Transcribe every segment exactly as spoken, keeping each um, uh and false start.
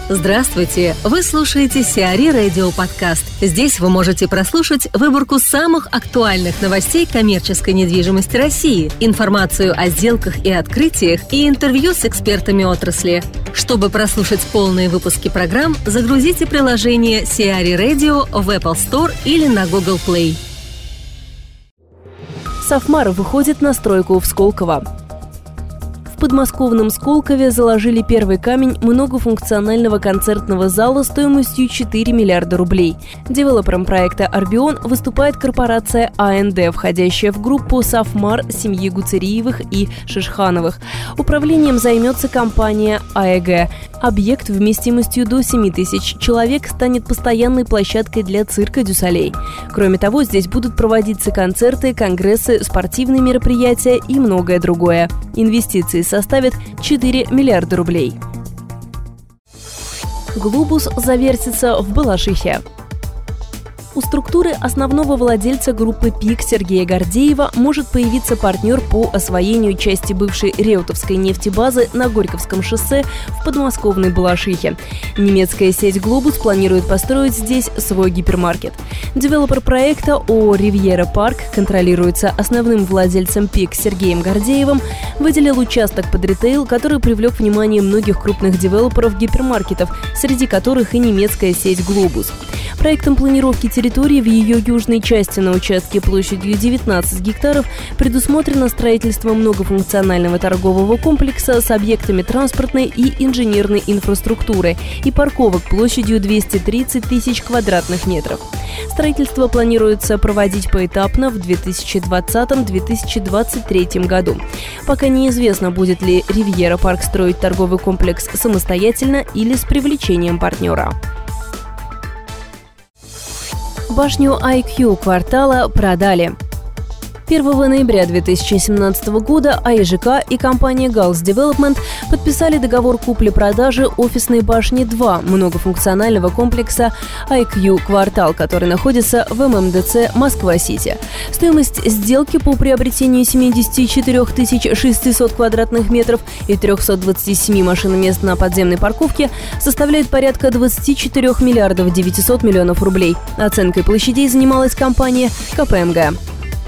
Здравствуйте! Вы слушаете Сиари Радио Подкаст. Здесь вы можете прослушать выборку самых актуальных новостей коммерческой недвижимости России, информацию о сделках и открытиях и интервью с экспертами отрасли. Чтобы прослушать полные выпуски программ, загрузите приложение Сиари Radio в Apple Store или на Google Play. Сафмар выходит на стройку в Сколково. В подмосковном Сколкове заложили первый камень многофункционального концертного зала стоимостью четыре миллиарда рублей. Девелопером проекта «Арбион» выступает корпорация А Н Д, входящая в группу «Сафмар» семьи Гуцериевых и Шишхановых. Управлением займется компания А Э Г. Объект вместимостью до семи тысяч человек станет постоянной площадкой для цирка Дю Солей. Кроме того, здесь будут проводиться концерты, конгрессы, спортивные мероприятия и многое другое. Инвестиции составят четыре миллиарда рублей. Глобус завертится в Балашихе. У структуры основного владельца группы «Пик» Сергея Гордеева может появиться партнер по освоению части бывшей реутовской нефтебазы на Горьковском шоссе в подмосковной Балашихе. Немецкая сеть «Глобус» планирует построить здесь свой гипермаркет. Девелопер проекта ООО «Ривьера Парк» контролируется основным владельцем «Пик» Сергеем Гордеевым, выделил участок под ритейл, который привлек внимание многих крупных девелоперов гипермаркетов, среди которых и немецкая сеть «Глобус». Проектом планировки территории в ее южной части на участке площадью девятнадцать гектаров предусмотрено строительство многофункционального торгового комплекса с объектами транспортной и инженерной инфраструктуры и парковок площадью двести тридцать тысяч квадратных метров. Строительство планируется проводить поэтапно в две тысячи двадцатом — две тысячи двадцать третьем году. Пока неизвестно, будет ли Ривьера Парк строить торговый комплекс самостоятельно или с привлечением партнера. Башню ай кью квартала продали. первого ноября две тысячи семнадцатого года А И Ж К и компания Галс Девелопмент подписали договор купли-продажи офисной башни два многофункционального комплекса ай кью Квартал, который находится в М М Д Ц Москва-Сити. Стоимость сделки по приобретению семьдесят четыре тысячи шестьсот квадратных метров и триста двадцать семь машиномест на подземной парковке составляет порядка двадцать четыре миллиардов девятьсот миллионов рублей. Оценкой площадей занималась компания К П М Г.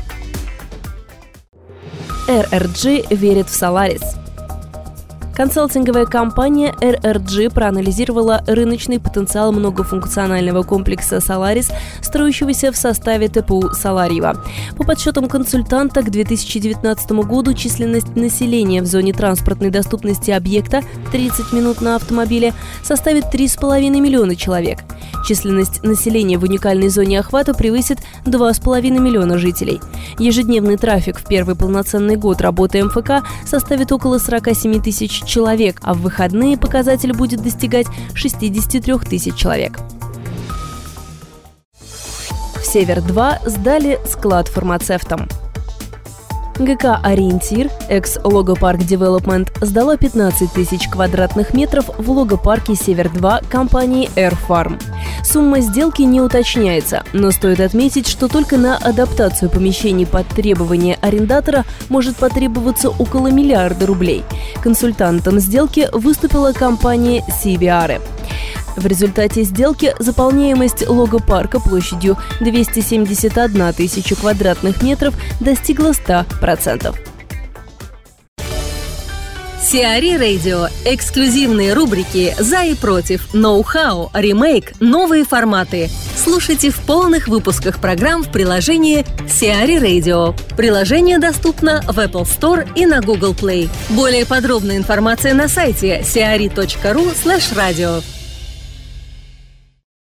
Р Р Джи верит в Solaris. Консалтинговая компания Р Р Джи проанализировала рыночный потенциал многофункционального комплекса Solaris, строящегося в составе Т П У Саларьево. По подсчетам консультанта, к две тысячи девятнадцатому году численность населения в зоне транспортной доступности объекта тридцать минут на автомобиле составит три с половиной миллиона человек. Численность населения в уникальной зоне охвата превысит два с половиной миллиона жителей. Ежедневный трафик в первый полноценный год работы М Ф К составит около сорок семь тысяч человек, а в выходные показатель будет достигать шестьдесят три тысячи человек. В Север-два сдали склад фармацевтам. Г К «Ориентир», экс-Логопарк Девелопмент, сдала пятнадцать тысяч квадратных метров в логопарке Север-два компании Р Фарм. Сумма сделки не уточняется, но стоит отметить, что только на адаптацию помещений под требования арендатора может потребоваться около миллиарда рублей. Консультантом сделки выступила компания Си Ви Ар. В результате сделки заполняемость логопарка площадью двести семьдесят одна тысяча квадратных метров достигла ста процентов. Сиари Radio. Эксклюзивные рубрики «За и против», «Ноу-хау», «Ремейк», «Новые форматы». Слушайте в полных выпусках программ в приложении Сиари Radio. Приложение доступно в Apple Store и на Google Play. Более подробная информация на сайте сиари точка ру слэш радио.